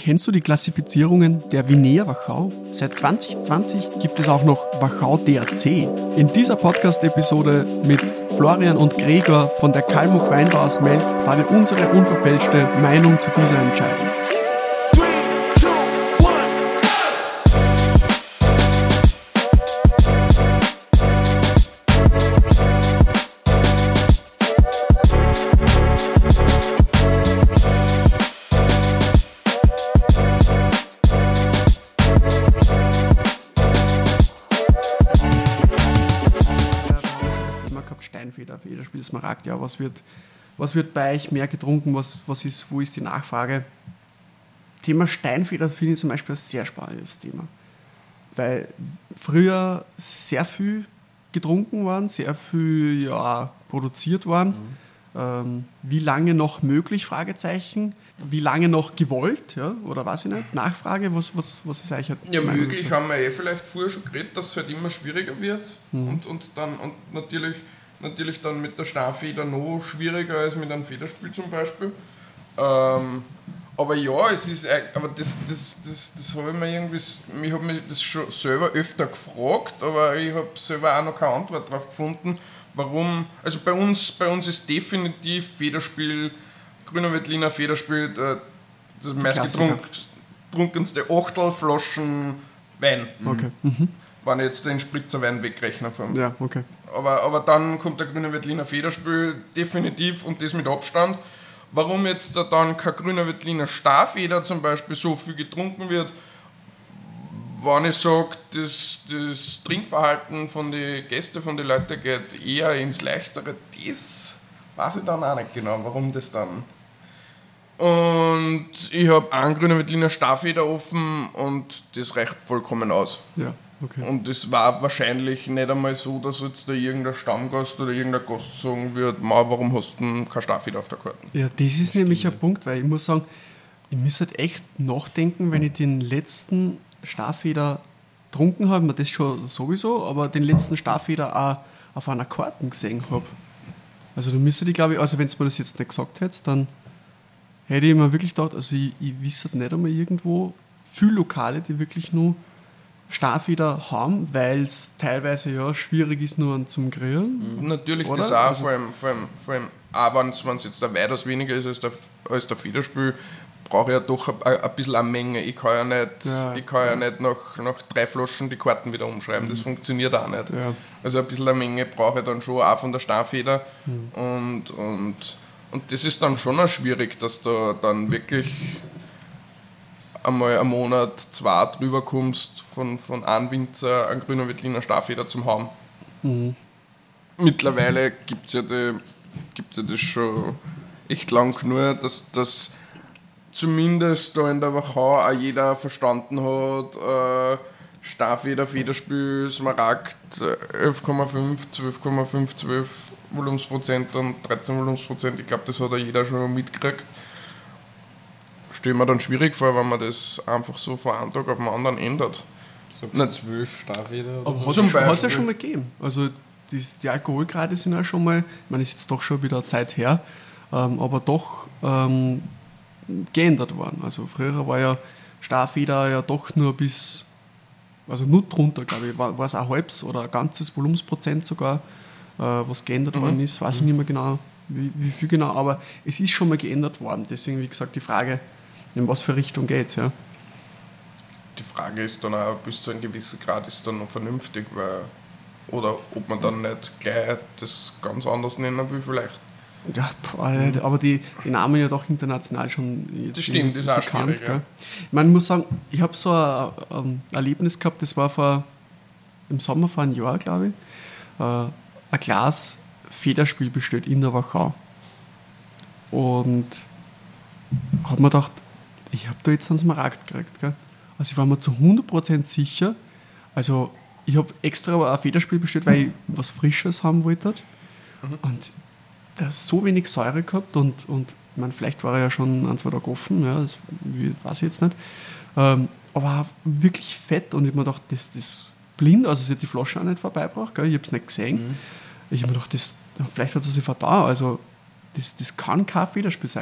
Kennst du die Klassifizierungen der Vinea Wachau? Seit 2020 gibt es auch noch Wachau DRC. In dieser Podcast-Episode mit Florian und Gregor von der Kalmuck Weinbau aus Melk war unsere unverfälschte Meinung zu dieser Entscheidung. Federspiel, Smaragd, ja, was wird bei euch mehr getrunken, wo ist die Nachfrage? Thema Steinfeder finde ich zum Beispiel ein sehr spannendes Thema, weil früher sehr viel getrunken worden, sehr viel produziert worden. Wie lange noch möglich, Fragezeichen, wie lange noch gewollt, ja, oder weiß ich nicht, Nachfrage, was ist eigentlich ja, möglich haben wir vielleicht vorher schon geredet, dass es halt immer schwieriger wird und natürlich dann mit der Steinfeder noch schwieriger als mit einem Federspiel zum Beispiel. Aber ja, es ist, aber das habe ich mir irgendwie, ich habe mich das schon selber öfter gefragt, aber ich habe selber auch noch keine Antwort darauf gefunden, warum. Also bei uns ist definitiv Federspiel, Grüner Veltliner Federspiel, das meistgetrunkenste Achtelflaschen Wein. Okay. Wenn ich jetzt den Spritzer Wein wegrechne. Ja, okay. Aber dann kommt der Grüne Veltliner Federspiel definitiv und das mit Abstand. Warum jetzt da dann kein Grüner Veltliner Starfeder zum Beispiel so viel getrunken wird, wenn ich sage, das Trinkverhalten von den Gästen, von den Leuten geht eher ins Leichtere, das weiß ich dann auch nicht genau, warum das dann. Und ich habe einen Grüner Veltliner Starfeder offen und das reicht vollkommen aus. Ja. Okay. Und es war wahrscheinlich nicht einmal so, dass jetzt da irgendein Stammgast oder irgendein Gast sagen wird, warum hast du kein Starfeder auf der Karte? Ja, das ist nämlich ein Punkt, weil ich muss sagen, ich muss halt echt nachdenken, wenn ich den letzten Starfeder getrunken habe, mir das schon sowieso, aber den letzten Starfeder auch auf einer Karte gesehen habe. Also da müsste ich, glaube ich, also wenn du mir das jetzt nicht gesagt hättest, dann hätte ich mir wirklich gedacht, also ich wüsste nicht einmal irgendwo viele Lokale, die wirklich nur Starfeder haben, weil es teilweise ja schwierig ist nur zum Grillen. Natürlich, oder? Das auch, also vor allem auch wenn es jetzt da weitaus weniger ist als der Federspiel, brauche ich ja doch ein bisschen eine Menge. Ich kann ja nicht nach 3 Flaschen die Karten wieder umschreiben, das funktioniert auch nicht. Ja. Also ein bisschen eine Menge brauche ich dann schon auch von der Starfeder und das ist dann schon auch schwierig, dass da dann wirklich einmal einen Monat, 2 drüber kommst von einem Winzer, einen Grüner Veltliner Starfeder zum haben. Mittlerweile gibt es ja das schon echt lang genug, dass zumindest da in der Wachau auch jeder verstanden hat, Starfeder, Federspiel, Smaragd, 11,5, 12,5, 12 Volumensprozent und 13 Volumensprozent. Ich glaube, das hat ja jeder schon mitgekriegt. Stelle mir dann schwierig vor, wenn man das einfach so von einem Tag auf den anderen ändert. So 12 Starfeder oder aber so. hat es ja schon mal gegeben. Also die Alkoholgrade sind ja schon mal, ich meine, ist jetzt doch schon wieder Zeit her, aber doch geändert worden. Also früher war ja Starfeder ja doch nur bis, also nur drunter, glaube ich, war es ein halbes oder ein ganzes Volumensprozent sogar, was geändert worden ist, weiß ich nicht mehr genau, wie viel genau, aber es ist schon mal geändert worden. Deswegen, wie gesagt, die Frage, in was für Richtung geht es, ja? Die Frage ist dann auch, bis zu einem gewissen Grad ist dann noch vernünftig, oder ob man dann nicht gleich das ganz anders nennen will vielleicht. Ja, aber die Namen ja doch international schon jetzt das stimmt, ist auch bekannt. Schwierig, ja. Ich meine, ich muss sagen, ich habe so ein Erlebnis gehabt, das war im Sommer vor einem Jahr, glaube ich, ein Glas Federspiel bestellt in der Wachau. Und habe mir gedacht, ich habe da jetzt einen Smaragd gekriegt. Gell? Also ich war mir zu 100% sicher. Also ich habe extra ein Federspiel bestellt, weil ich was Frisches haben wollte. Und der hat so wenig Säure gehabt und ich meine, vielleicht war er ja schon 1-2 Tage offen, ja, das weiß ich jetzt nicht. Aber wirklich fett und ich habe mir gedacht, das blind, also sie hat die Flasche auch nicht vorbeigebracht, gell? Ich habe es nicht gesehen. Ich habe mir gedacht, vielleicht hat er sich vertan, also das kann kein Federspiel sein.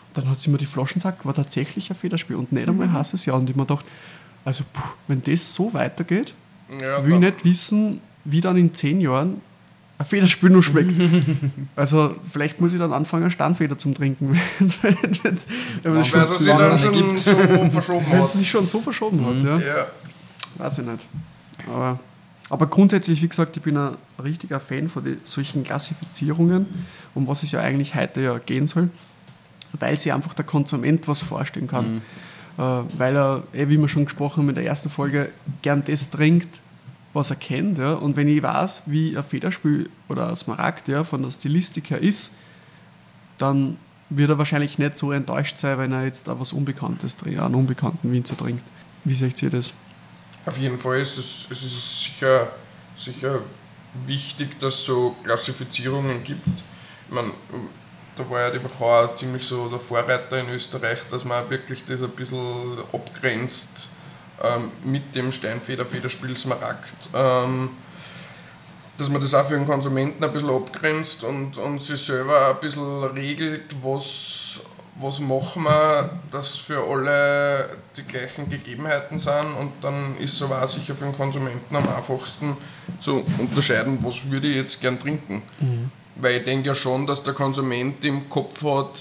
Dann hat sie mir die Flaschen gesagt, war tatsächlich ein Federspiel und nicht einmal heißes Jahr. Und ich mir gedacht, also wenn das so weitergeht, will ich nicht wissen, wie dann in 10 Jahren ein Federspiel noch schmeckt. Also vielleicht muss ich dann anfangen, Steinfeder zum Trinken. Wenn sie dann schon so verschoben hat. Wenn sie sich schon so verschoben hat, ja. Weiß ich nicht. Aber grundsätzlich, wie gesagt, ich bin ein richtiger Fan von solchen Klassifizierungen, um was es ja eigentlich heute ja gehen soll, weil sich einfach der Konsument was vorstellen kann. Weil er, wie wir schon gesprochen haben in der ersten Folge, gern das trinkt, was er kennt. Ja? Und wenn ich weiß, wie ein Federspiel oder ein Smaragd von der Stilistik her ist, dann wird er wahrscheinlich nicht so enttäuscht sein, wenn er jetzt auch was Unbekanntes trinkt, einen unbekannten Winzer trinkt. Wie seht ihr das? Auf jeden Fall ist es sicher wichtig, dass es so Klassifizierungen gibt. Ich meine, da war ja die Wachau ziemlich so der Vorreiter in Österreich, dass man wirklich das ein bisschen abgrenzt mit dem Steinfeder-Federspiel Smaragd. Dass man das auch für den Konsumenten ein bisschen abgrenzt und sich selber ein bisschen regelt, was machen wir, dass für alle die gleichen Gegebenheiten sind, und dann ist es aber auch sicher für den Konsumenten am einfachsten zu unterscheiden, was würde ich jetzt gern trinken. Weil ich denke ja schon, dass der Konsument im Kopf hat,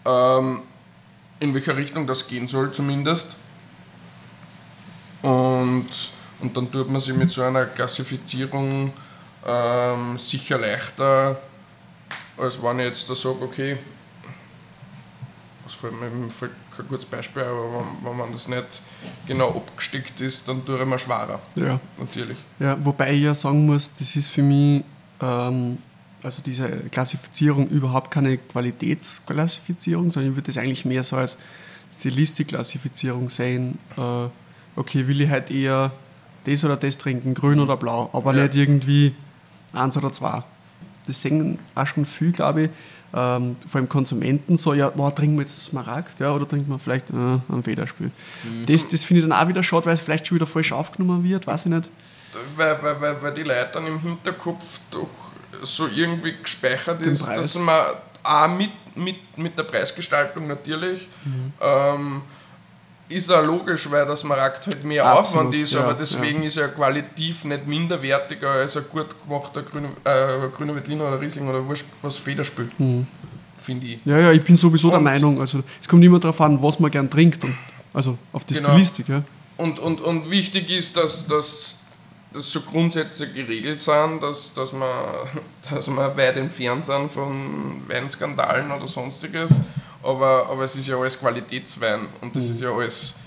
in welcher Richtung das gehen soll zumindest. Und dann tut man sich mit so einer Klassifizierung sicher leichter, als wenn ich jetzt da sage, okay, mir fällt kein gutes Beispiel, aber wenn man das nicht genau abgesteckt ist, dann tue ich mir schwerer. Ja. Natürlich. Ja, wobei ich ja sagen muss, das ist für mich, also diese Klassifizierung überhaupt keine Qualitätsklassifizierung, sondern ich würde das eigentlich mehr so als Stilistikklassifizierung sehen. Okay, will ich halt eher das oder das trinken, grün oder blau, aber nicht irgendwie 1 oder 2. Das sehen auch schon viel, glaube ich, vor allem Konsumenten, so, ja, trinken wir jetzt Smaragd, oder trinken wir vielleicht ein Federspiel. Das finde ich dann auch wieder schade, weil es vielleicht schon wieder falsch aufgenommen wird, weiß ich nicht. Weil die Leute dann im Hinterkopf doch so irgendwie gespeichert ist, dass man auch mit der Preisgestaltung natürlich ist auch logisch, weil das Smaragd halt mehr Absolut, Aufwand ist, aber deswegen ist er qualitativ nicht minderwertiger als ein gut gemachter grüner Veltliner oder Riesling oder was Federspiel, finde ich. Ja, ich bin sowieso der Meinung, also es kommt immer darauf an, was man gern trinkt, also auf die Stilistik. Ja. Und wichtig ist, dass so Grundsätze geregelt sind, dass wir weit entfernt sind von Weinskandalen oder sonstiges. Aber es ist ja alles Qualitätswein und das ist ja alles,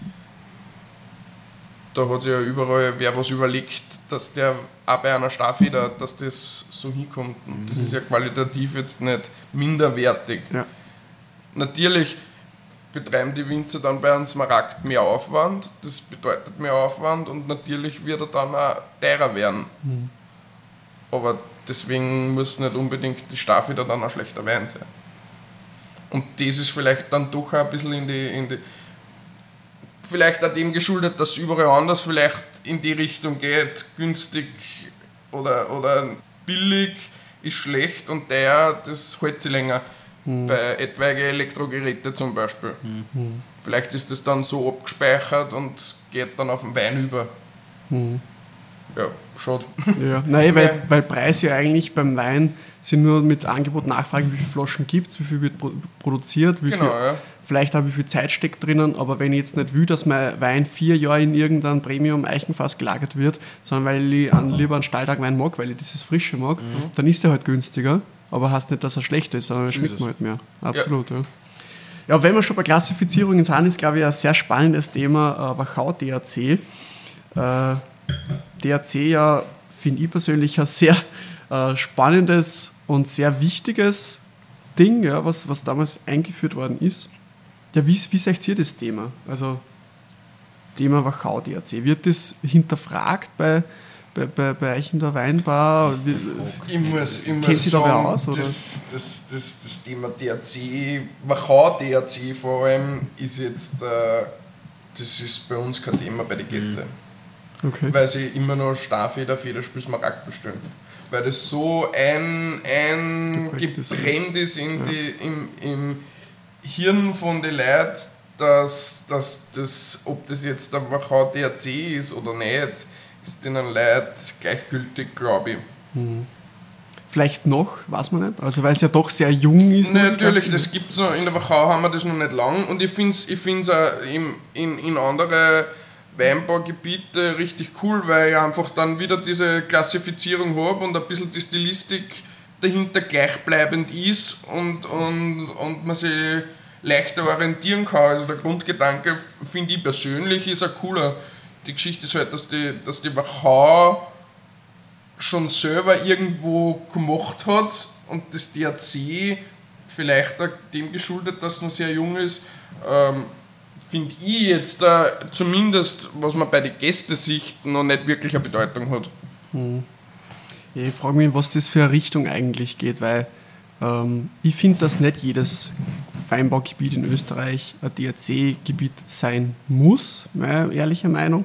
da hat sich ja überall wer was überlegt, dass der auch bei einer Steinfeder, dass das so hinkommt. Und das ist ja qualitativ jetzt nicht minderwertig. Ja. Natürlich betreiben die Winzer dann bei einem Smaragd mehr Aufwand, das bedeutet mehr Aufwand und natürlich wird er dann auch teurer werden. Aber deswegen muss nicht unbedingt die Steinfeder dann ein schlechter Wein sein. Und das ist vielleicht dann doch ein bisschen in die vielleicht auch dem geschuldet, dass es überall anders vielleicht in die Richtung geht, günstig oder billig ist schlecht und das hält sich länger. Bei etwaigen Elektrogeräten zum Beispiel. Vielleicht ist das dann so abgespeichert und geht dann auf den Wein über. Ja, schade. Ja. Nein, weil Preis ja eigentlich beim Wein sind nur mit Angebot nachfragen, wie viele Flaschen gibt es, wie viel wird produziert, vielleicht auch wie viel Zeit steckt drinnen, aber wenn ich jetzt nicht will, dass mein Wein 4 Jahre in irgendeinem Premium-Eichenfass gelagert wird, sondern weil ich lieber einen Stalltagwein mag, weil ich dieses Frische mag, dann ist der halt günstiger, aber heißt nicht, dass er schlecht ist, sondern er schmeckt mir halt mehr. Absolut, ja, wenn wir schon bei Klassifizierungen sind, ist, glaube ich, ein sehr spannendes Thema Wachau DRC. DRC ja, finde ich persönlich, ein sehr spannendes und sehr wichtiges Ding, was damals eingeführt worden ist. Ja, wie seht ihr das Thema? Also Thema Wachau DRC. Wird das hinterfragt bei euch in der Weinbar? Ich muss sagen, aus, oder? Das Thema DRC, Wachau DRC vor allem, ist jetzt, das ist bei uns kein Thema bei den Gästen. Okay. Weil sie immer noch Steinfeder, Federspiel, Smaragd bestellen. Weil das so ein gebrannt ist Hirn von den Leuten, dass das, ob das jetzt der Wachau DRC ist oder nicht, ist denen Leuten gleichgültig, glaube ich. Vielleicht noch, weiß man nicht. Also weil es ja doch sehr jung ist. Natürlich, das gibt es noch. In der Wachau haben wir das noch nicht lang. Und ich finde es auch in andere Weinbaugebiete richtig cool, weil ich einfach dann wieder diese Klassifizierung habe und ein bisschen die Stilistik dahinter gleichbleibend ist und man sich leichter orientieren kann. Also der Grundgedanke, finde ich persönlich, ist ein cooler. Die Geschichte ist halt, dass die Wachau schon selber irgendwo gemacht hat und das DRC vielleicht auch dem geschuldet, dass es noch sehr jung ist, finde ich jetzt zumindest, was man bei den Gästesicht noch nicht wirklich eine Bedeutung hat. Ja, ich frage mich, was das für eine Richtung eigentlich geht, weil ich finde, dass nicht jedes Weinbaugebiet in Österreich ein DRC-Gebiet sein muss, meine ehrliche Meinung.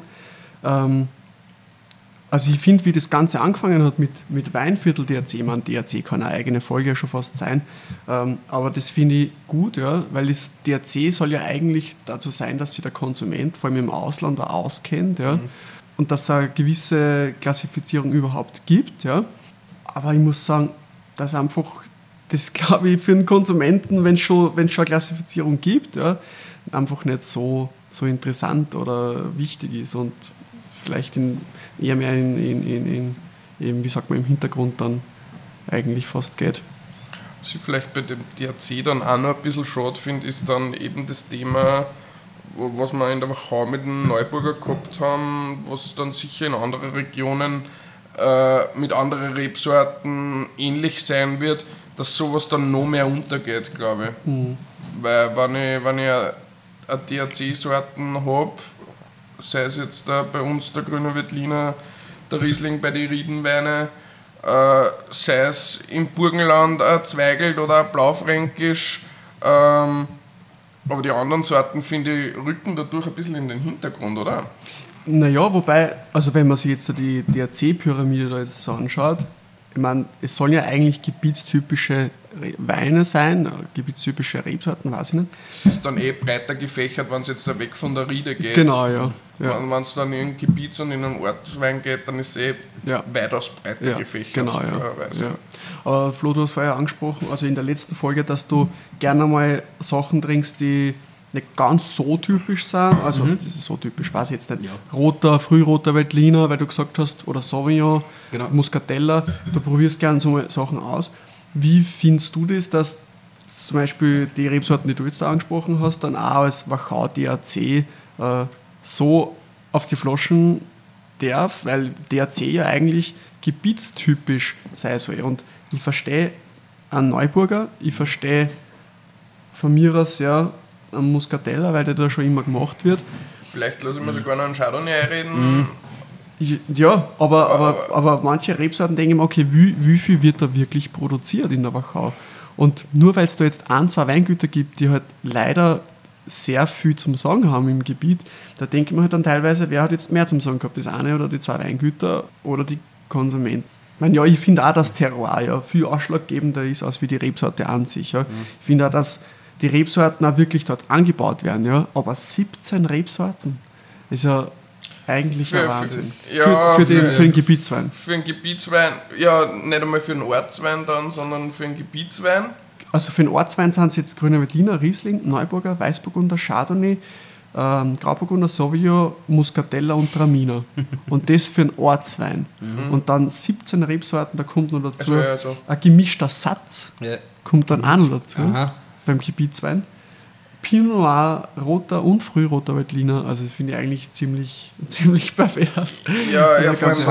Also ich finde, wie das Ganze angefangen hat mit Weinviertel DRC, man DRC kann eine eigene Folge schon fast sein, aber das finde ich gut, ja, weil das DRC soll ja eigentlich dazu sein, dass sich der Konsument vor allem im Ausland auch auskennt, ja, und dass es eine gewisse Klassifizierung überhaupt gibt, ja. Aber ich muss sagen, dass einfach, das glaube ich für den Konsumenten, wenn es schon eine Klassifizierung gibt, ja, einfach nicht so interessant oder wichtig ist und vielleicht eher mehr in wie sagt man, im Hintergrund dann eigentlich fast geht. Was ich vielleicht bei dem DRC dann auch noch ein bisschen schade finde, ist dann eben das Thema, was wir in der Wachau mit dem Neuburger gehabt haben, was dann sicher in anderen Regionen mit anderen Rebsorten ähnlich sein wird, dass sowas dann noch mehr untergeht, glaube ich. Weil wenn ich eine DRC-Sorten habe, sei es jetzt bei uns der Grüne Veltliner, der Riesling bei den Riedenweine, sei es im Burgenland ein Zweigelt oder ein Blaufränkisch, aber die anderen Sorten, finde ich, rücken dadurch ein bisschen in den Hintergrund, oder? Naja, wobei, also wenn man sich jetzt die DRC-Pyramide da jetzt so anschaut, ich meine, es sollen ja eigentlich gebietstypische Weine sein, gebietstypische Rebsorten, weiß ich nicht. Es ist dann breiter gefächert, wenn es jetzt da weg von der Riede geht. Genau, ja. Wenn es dann in ein Gebiets- und in einen Ortswein geht, dann ist es weitaus breiter gefächert. Genau, ja. Aber Flo, du hast vorher angesprochen, also in der letzten Folge, dass du gerne mal Sachen trinkst, die nicht ganz so typisch sind. Also so typisch weiß ich jetzt nicht. Ja. Frühroter Veltliner, weil du gesagt hast, oder Sauvignon, genau. Muscatella, du probierst gerne so mal Sachen aus. Wie findest du das, dass zum Beispiel die Rebsorten, die du jetzt da angesprochen hast, dann auch als Wachau DRC so auf die Flaschen darf, weil DRC ja eigentlich gebietstypisch sein soll. Und ich verstehe einen Neuburger, ich verstehe von mir aus ja einen Muscatella, weil der da schon immer gemacht wird. Vielleicht lasse ich mir sogar noch einen Chardonnay reden. Ja, aber manche Rebsorten denke ich mir, okay, wie viel wird da wirklich produziert in der Wachau? Und nur weil es da jetzt 1-2 Weingüter gibt, die halt leider sehr viel zum Sagen haben im Gebiet, da denke ich mir halt dann teilweise, wer hat jetzt mehr zum Sagen gehabt, das eine oder die 2 Weingüter oder die Konsumenten. Ich meine, ja, ich finde auch, dass Terroir ja viel ausschlaggebender ist, als wie die Rebsorte an sich. Ja. Ich finde auch, dass die Rebsorten auch wirklich dort angebaut werden, ja. Aber 17 Rebsorten ist ja eigentlich ein Wahnsinn. Für den Gebietswein. Für den Gebietswein, ja, nicht einmal für den Ortswein dann, sondern für den Gebietswein. Also für den Ortswein sind es jetzt Grüner Veltliner, Riesling, Neuburger, Weißburgunder, Chardonnay, Grauburgunder, Sauvignon, Muscatella und Traminer. Und das für einen Ortswein. Und dann 17 Rebsorten, da kommt noch dazu ein gemischter Satz, kommt dann auch noch dazu beim Gebietswein. Pinot Noir, roter und frühroter Veltliner, also das finde ich eigentlich ziemlich pervers. Ja, vor allem,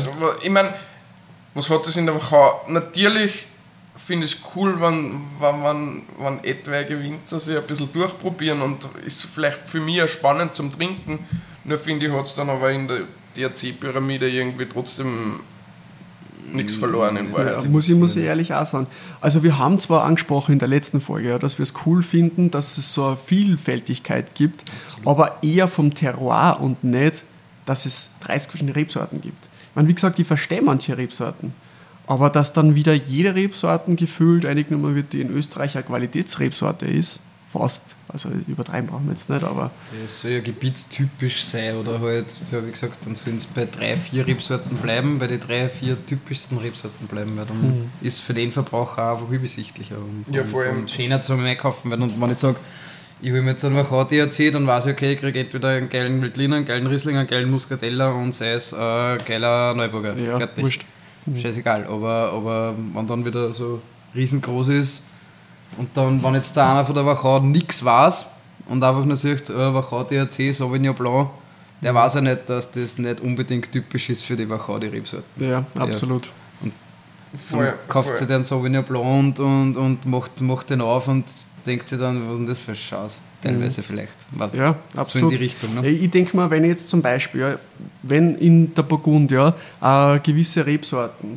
was hat das in der Wachau? Natürlich finde ich es cool, wenn etwaige Winzer sich ein bisschen durchprobieren und ist vielleicht für mich auch spannend zum Trinken. Nur finde ich, hat es dann aber in der DRC-Pyramide irgendwie trotzdem nichts verloren in Wahrheit. Ja, muss ich ehrlich auch sagen. Also wir haben zwar angesprochen in der letzten Folge, dass wir es cool finden, dass es so eine Vielfältigkeit gibt, aber eher vom Terroir und nicht, dass es 30 verschiedene Rebsorten gibt. Ich meine, wie gesagt, ich verstehe manche Rebsorten, aber dass dann wieder jede Rebsorten gefühlt eingenommen wird, die in Österreich eine Qualitätsrebsorte ist, fast. Also übertreiben brauchen wir jetzt nicht, aber... Es soll ja gebietstypisch sein oder halt, ja, wie gesagt, dann sollen es bei 3-4 Rebsorten bleiben, bei den 3-4 typischsten Rebsorten bleiben, weil dann ist für den Verbraucher auch einfach übersichtlicher und schöner zum Einkaufen. Weil, und wenn ich sage, ich will mir jetzt einen Wachau DRC, dann weiß ich, okay, ich kriege entweder einen geilen Veltliner, einen geilen Riesling, einen geilen Muscatella und sei es geiler Neuburger. Ja, fertig. wurscht. Scheißegal, aber wenn dann wieder so riesengroß ist und dann, wenn jetzt da einer von der Wachau nichts weiß und einfach nur sagt, Wachau DRC, Sauvignon Blanc, der weiß ja nicht, dass das nicht unbedingt typisch ist für die Wachau, die Rebsorten. Ja, absolut. Und dann kauft sich den Sauvignon Blanc und macht den auf und denkt sich dann, was ist denn das für ein Scheiß? Teilweise vielleicht. Ja, absolut. So in die Richtung. Ne? Ich denke mal, wenn jetzt zum Beispiel, ja, wenn in der Burgund gewisse Rebsorten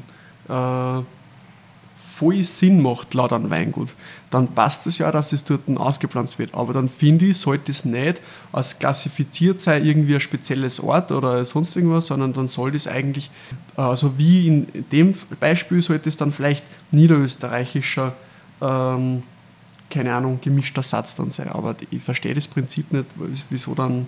voll Sinn macht, laut einem Weingut, dann passt es ja, dass es dort ausgepflanzt wird. Aber dann finde ich, sollte es nicht als klassifiziert sein, irgendwie ein spezielles Ort oder sonst irgendwas, sondern dann soll das eigentlich, also wie in dem Beispiel, sollte es dann vielleicht niederösterreichischer, keine Ahnung, gemischter Satz dann sein. Aber ich verstehe das Prinzip nicht, wieso dann...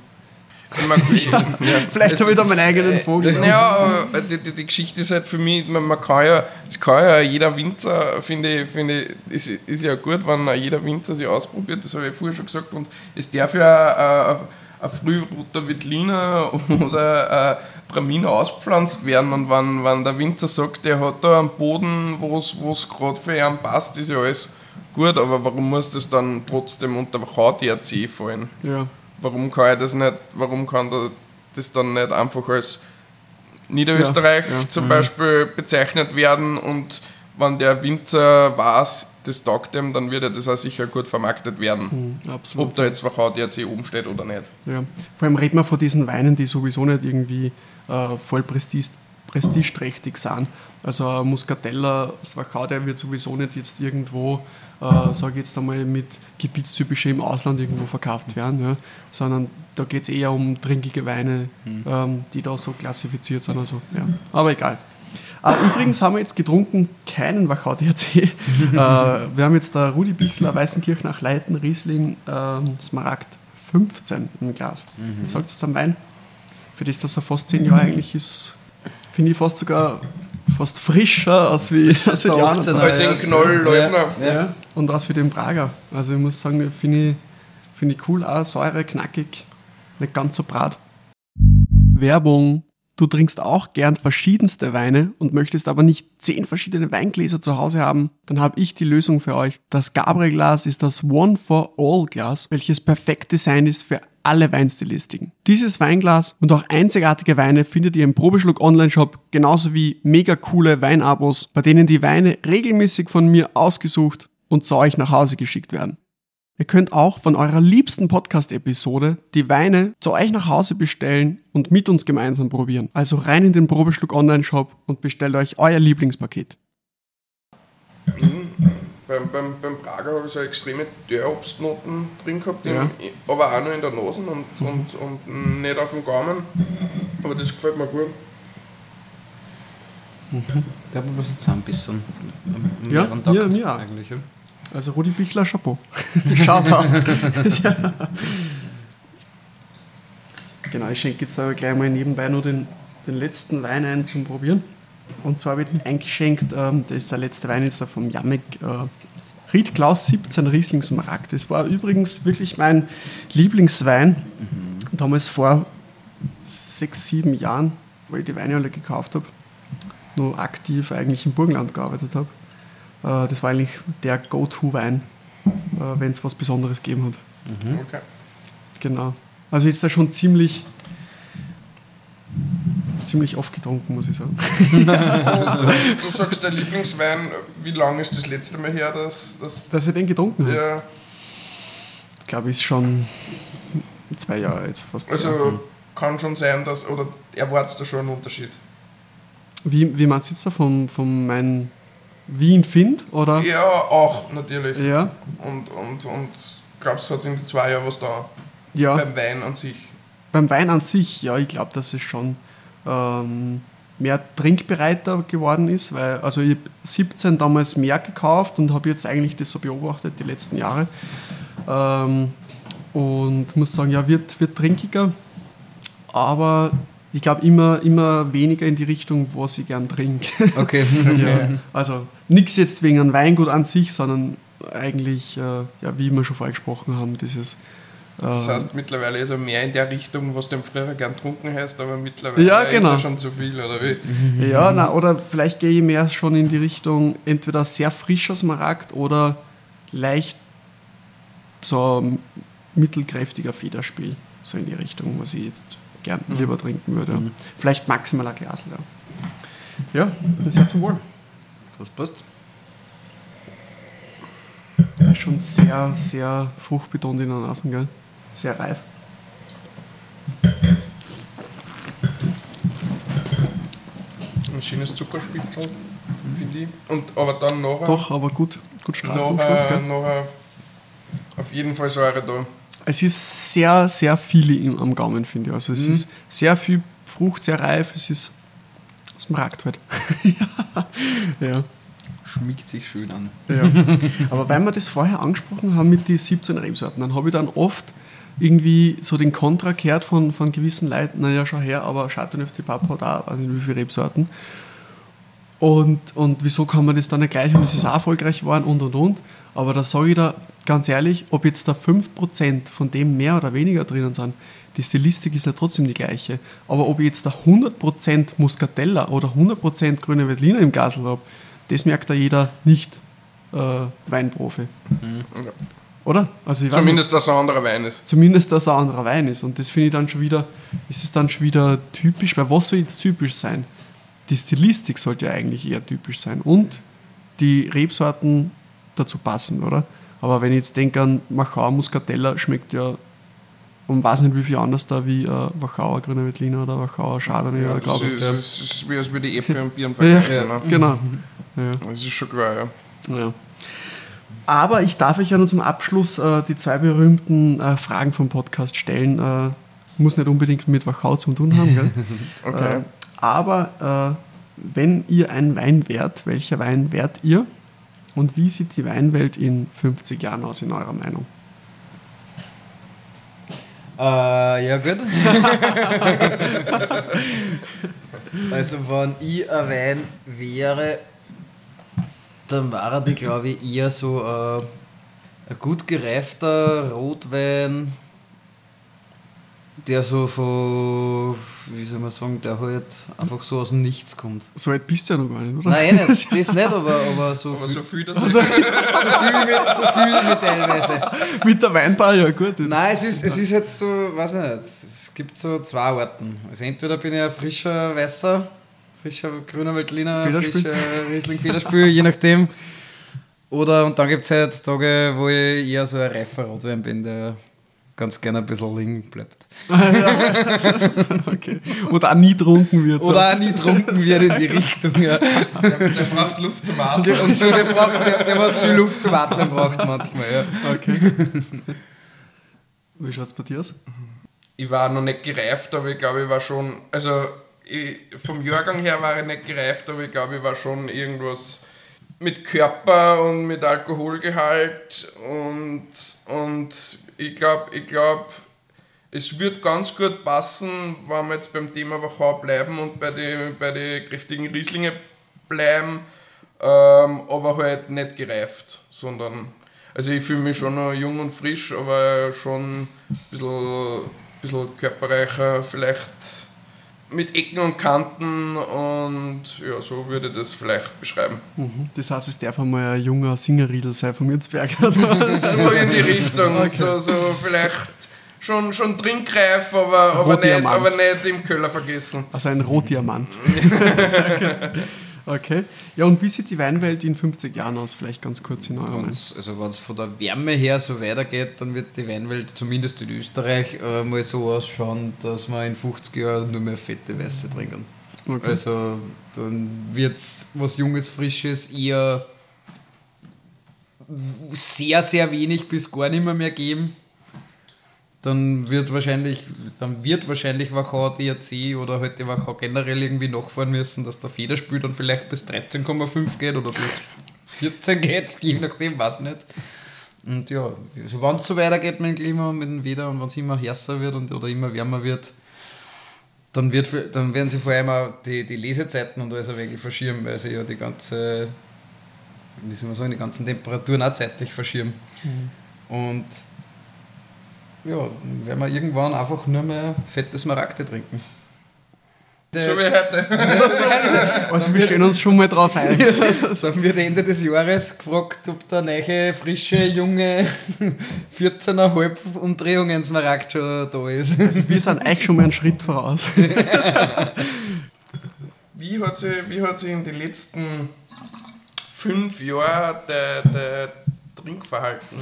Vielleicht habe ich da meinen eigenen Vogel. Ja, die Geschichte ist halt für mich, es kann ja jeder Winzer, finde ich, ist ja gut, wenn jeder Winzer sich ausprobiert, das habe ich vorher schon gesagt, und es darf ja ein Frühroter Veltliner oder Traminer auspflanzt werden, und wenn der Winzer sagt, der hat da einen Boden, wo es gerade für ihn passt, ist ja alles gut, aber warum muss das dann trotzdem unter Wachau-DRC fallen? Ja. Warum kann das dann nicht einfach als Niederösterreich zum Beispiel bezeichnet werden, und wenn der Winzer weiß, das taugt dem, dann wird das auch sicher gut vermarktet werden. Absolut. Ob da jetzt Wachau DRC oben steht oder nicht. Ja. Vor allem reden wir von diesen Weinen, die sowieso nicht irgendwie voll prestigeträchtig sind. Also ein Muscatella aus Wachau, der wird sowieso nicht jetzt irgendwo, sage ich jetzt einmal, mit gebietstypische im Ausland irgendwo verkauft werden, ja, sondern da geht es eher um trinkige Weine, die da so klassifiziert sind. Also, ja. Aber egal. Übrigens haben wir jetzt getrunken keinen Wachau DRC. Wir haben jetzt der Rudi Bichler, Weißenkirchen Leiten, Riesling, Smaragd 15 im Glas. Was sagt es zum Wein? Für das, dass er fast 10 Jahre eigentlich ist, finde ich fast frischer als wie die anderen. Als ein Knoll-Leutner. Ja. Und als wie den Prager. Also ich muss sagen, finde ich cool, auch Säure, knackig, nicht ganz so brat. Werbung. Du trinkst auch gern verschiedenste Weine und möchtest aber nicht 10 verschiedene Weingläser zu Hause haben? Dann habe ich die Lösung für euch. Das Gabriel-Glas ist das One-for-All-Glas, welches perfekt designt ist für alle Weinstilistiken. Dieses Weinglas und auch einzigartige Weine findet ihr im Probeschluck Online-Shop, genauso wie mega coole Weinabos, bei denen die Weine regelmäßig von mir ausgesucht und zu euch nach Hause geschickt werden. Ihr könnt auch von eurer liebsten Podcast-Episode die Weine zu euch nach Hause bestellen und mit uns gemeinsam probieren. Also rein in den Probeschluck Online-Shop und bestellt euch euer Lieblingspaket. Beim Prager habe ich so extreme Dörrobstnoten drin gehabt, aber auch nur in der Nase und nicht auf dem Gaumen. Aber das gefällt mir gut. Der hat mir so ein bisschen mir auch. Eigentlich, ja. Also Rudi Bichler, Chapeau. Shoutout. Ja. Genau, ich schenke jetzt aber gleich mal nebenbei nur den letzten Wein ein zum Probieren. Und zwar wird eingeschenkt, das ist der letzte Wein jetzt vom Jamek Ried Klaus 17 Riesling Smaragd. Das war übrigens wirklich mein Lieblingswein. Damals vor 6-7 Jahren, wo ich die Weine alle gekauft habe, noch aktiv eigentlich im Burgenland gearbeitet habe. Das war eigentlich der Go-To-Wein, wenn es was Besonderes gegeben hat. Okay. Genau. Also ist er schon ziemlich oft getrunken, muss ich sagen. Du sagst, der Lieblingswein, wie lange ist das letzte Mal her, dass ich den getrunken habe? Ja. Ich glaube, ist schon 2 Jahre jetzt fast. Also kann schon sein, oder erwartest du schon einen Unterschied? Wie meinst du jetzt da von meinem Wien Find, oder? Ja, auch natürlich. Ja. Und glaubst du, hat es in den 2 Jahren was da? Ja. Beim Wein an sich? Beim Wein an sich, ja, ich glaube, dass es schon mehr trinkbereiter geworden ist, weil also ich habe 17 damals mehr gekauft und habe jetzt eigentlich das so beobachtet die letzten Jahre. Und muss sagen, ja, wird trinkiger, aber ich glaube immer weniger in die Richtung, was ich gern trinke. Okay. Ja, also nichts jetzt wegen einem Weingut an sich, sondern eigentlich, wie wir schon vorher gesprochen haben, dieses... Das heißt, mittlerweile ist er mehr in der Richtung, was du früher gern getrunken hast, aber mittlerweile ist er schon zu viel, oder wie? Ja, oder vielleicht gehe ich mehr schon in die Richtung, entweder sehr frischer Smaragd oder leicht so ein mittelkräftiger Federspiel, so in die Richtung, was ich jetzt gern lieber trinken würde. Vielleicht maximal ein Glas. Ja, das ist zum Wohl. Das passt. Der ist schon sehr, sehr fruchtbetont in der Nase, gell? Sehr reif. Ein schönes Zuckerspitzel, finde ich. Aber dann nachher... Doch, aber gut straff zum Schluss, gell? Nachher auf jeden Fall Säure da. Es ist sehr, sehr viel am Gaumen, finde ich. Also es ist sehr viel Frucht, sehr reif. Es ist Smaragd halt. Ja. Schmiegt sich schön an. Ja. Aber weil wir das vorher angesprochen haben mit den 17 Rebsorten, dann habe ich dann oft irgendwie so den Kontra gehört von gewissen Leuten, naja, schau her, aber Châteauneuf-du-Pape hat auch, weiß nicht wie viele Rebsorten. Und wieso kann man das dann nicht gleich und es ist auch erfolgreich geworden und. Aber da sage ich da ganz ehrlich, ob jetzt da 5% von dem mehr oder weniger drinnen sind, die Stilistik ist ja trotzdem die gleiche. Aber ob ich jetzt da 100% Muscatella oder 100% grüne Veltliner im Glasl habe, das merkt ja jeder nicht Weinprofi. Ja. Oder? Also zumindest, dass ein anderer Wein ist. Zumindest, dass ein anderer Wein ist. Und das finde ich dann schon wieder, ist es dann schon wieder typisch, weil was soll jetzt typisch sein? Die Stilistik sollte ja eigentlich eher typisch sein und die Rebsorten dazu passen, oder? Aber wenn ich jetzt denke an Wachau, Muscatella, schmeckt ja und weiß nicht wie viel anders da wie Wachauer Grüner Veltliner oder Wachauer Chardonnay. Ja, glaube ich. Das ist wie als würde die Äpfel und Birnen vergleichen. Ja, genau. Ja. Das ist schon klar, ja. Aber ich darf euch ja nur zum Abschluss die 2 berühmten Fragen vom Podcast stellen. Muss nicht unbedingt mit Wachau zu tun haben, gell? Okay. Aber wenn ihr ein Wein wärt, welcher Wein wärt ihr? Und wie sieht die Weinwelt in 50 Jahren aus, in eurer Meinung? Ja, gut. Also, wenn ich ein Wein wäre, dann wäre die, glaube ich, eher so ein gut gereifter Rotwein, der so von, wie soll man sagen, der halt einfach so aus dem Nichts kommt. So weit bist du ja noch gar nicht, oder? Nein, nicht, das nicht, aber so aber viel. So viel, dass so viel mit teilweise. Mit der Weinbar, ja gut. Nein, es ist jetzt so, weiß ich nicht, es gibt so 2 Arten. Also entweder bin ich ein frischer Weißer, frischer grüner Veltliner, frischer Riesling Federspiel, je nachdem. Und dann gibt es halt Tage, wo ich eher so ein reifer Rotwein bin, der ganz gerne ein bisschen liegen bleibt. Okay. Oder auch nie trunken wird. So. Oder auch nie trunken wird in die Richtung. Ja. Der braucht Luft zum Atmen. Und so, der was viel Luft zum Atmen braucht manchmal. Ja. Okay. Wie schaut es bei dir aus? Ich war noch nicht gereift, aber ich glaube, ich war schon, also vom Jahrgang her war ich nicht gereift, aber ich glaube, ich war schon irgendwas mit Körper und mit Alkoholgehalt und ich glaube, es wird ganz gut passen, wenn wir jetzt beim Thema Wachau bleiben und bei den kräftigen Rieslinge bleiben, aber halt nicht gereift, sondern, also ich fühle mich schon noch jung und frisch, aber schon ein bisschen körperreicher, vielleicht mit Ecken und Kanten und ja, so würde ich das vielleicht beschreiben. Das heißt, es darf einmal ein junger Singerriedel sein vom Mürzberg. So in die Richtung, okay. so vielleicht schon trinkreif, aber nicht im Köller vergessen. Also ein Rotdiamant. Okay. Ja, und wie sieht die Weinwelt in 50 Jahren aus? Vielleicht ganz kurz in eurer Meinung. Also wenn es von der Wärme her so weitergeht, dann wird die Weinwelt zumindest in Österreich mal so ausschauen, dass wir in 50 Jahren nur mehr fette Weiße trinken. Okay. Also dann wird es was Junges, Frisches eher sehr, sehr wenig bis gar nicht mehr geben. Dann wird wahrscheinlich Wachau DRC oder halt die Wachau generell irgendwie nachfahren müssen, dass der Federspiel dann vielleicht bis 13,5 geht oder bis 14 geht, je nachdem, weiß nicht. Und ja, also wenn es so weitergeht mit dem Klima und mit dem Wetter und wenn es immer heißer wird oder immer wärmer wird, dann werden sie vor allem auch die Lesezeiten und alles wirklich verschieben, weil sie ja die ganze, wie soll man sagen, die ganzen Temperaturen auch zeitlich verschieben. Und ja, dann werden wir irgendwann einfach nur mehr fette Smaragde trinken. So wie heute. Also wir stellen uns schon mal drauf ein. Das haben wir Ende des Jahres gefragt, ob der neue, frische, junge 14,5 Umdrehungen Smaragd schon da ist. Also wir sind eigentlich schon mal einen Schritt voraus. Wie hat sich in den letzten 5 Jahren der Trinkverhalten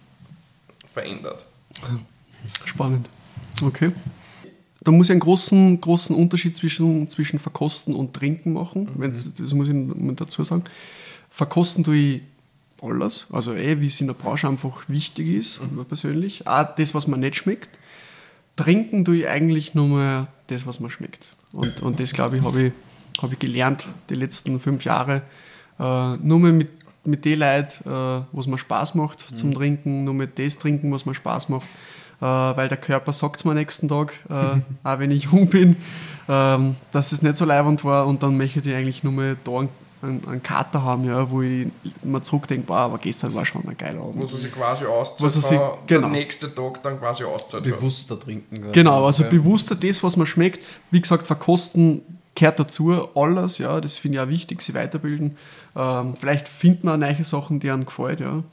verändert? Spannend. Okay. Da muss ich einen großen Unterschied zwischen Verkosten und Trinken machen. Das muss ich dazu sagen. Verkosten tue ich alles, also wie es in der Branche einfach wichtig ist, persönlich. Auch das, was mir nicht schmeckt. Trinken tue ich eigentlich nur mal das, was mir schmeckt. Und das, glaube ich, habe ich gelernt die letzten 5 Jahre. Nur mal mit den Leuten, was mir Spaß macht zum Trinken, nur mit das trinken, was mir Spaß macht. Weil der Körper sagt es mir am nächsten Tag, auch wenn ich jung bin, dass es nicht so leibend war, und dann möchte ich eigentlich nur mal da einen Kater haben, ja, wo ich mir zurückdenke, aber gestern war schon ein geiler Abend. Wo sie sich quasi auszahlt, der nächste Tag dann quasi auszahlt. Bewusster trinken. Genau, also bewusster das, was mir schmeckt. Wie gesagt, verkosten gehört dazu, alles, ja, das finde ich auch wichtig, sie weiterbilden. Vielleicht findet man neue Sachen, die einem gefällt, ja.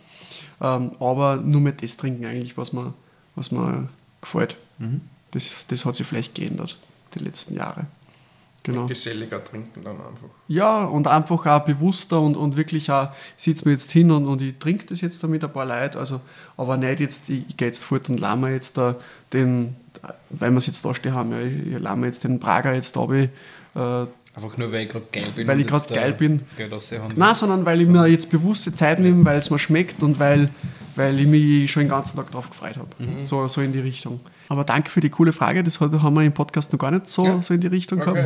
Aber nur mit das trinken eigentlich, was mir gefällt. Das hat sich vielleicht geändert, die letzten Jahre. Genau. Geselliger trinken dann einfach. Ja, und einfach auch bewusster und wirklich auch, ich sitze mir jetzt hin und ich trinke das jetzt da mit ein paar Leuten, also, aber nicht jetzt, ich gehe jetzt fort und lasse mir jetzt da den, weil wir es jetzt da stehen haben, ja, ich lasse mir jetzt den Prager jetzt da einfach nur, weil ich gerade geil bin. Weil ich gerade geil bin. Nein, sondern weil ich mir jetzt bewusste Zeit nehme, weil es mir schmeckt und weil ich mich schon den ganzen Tag drauf gefreut habe. So in die Richtung. Aber danke für die coole Frage, das haben wir im Podcast noch gar nicht so in die Richtung gehabt.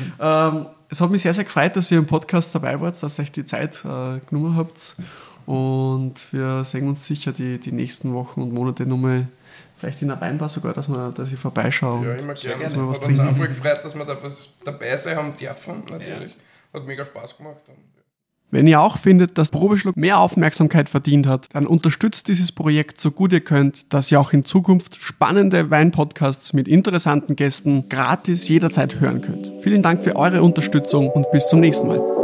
Es hat mich sehr, sehr gefreut, dass ihr im Podcast dabei wart, dass ihr euch die Zeit genommen habt, und wir sehen uns sicher die nächsten Wochen und Monate nochmal, vielleicht in einer Weinbar sogar, dass ich vorbeischaue. Ja, immer gerne. Hat uns auch voll gefreut, dass wir dabei sein haben dürfen, natürlich. Ja. Hat mega Spaß gemacht. Wenn ihr auch findet, dass Probeschluck mehr Aufmerksamkeit verdient hat, dann unterstützt dieses Projekt so gut ihr könnt, dass ihr auch in Zukunft spannende Weinpodcasts mit interessanten Gästen gratis jederzeit hören könnt. Vielen Dank für eure Unterstützung und bis zum nächsten Mal.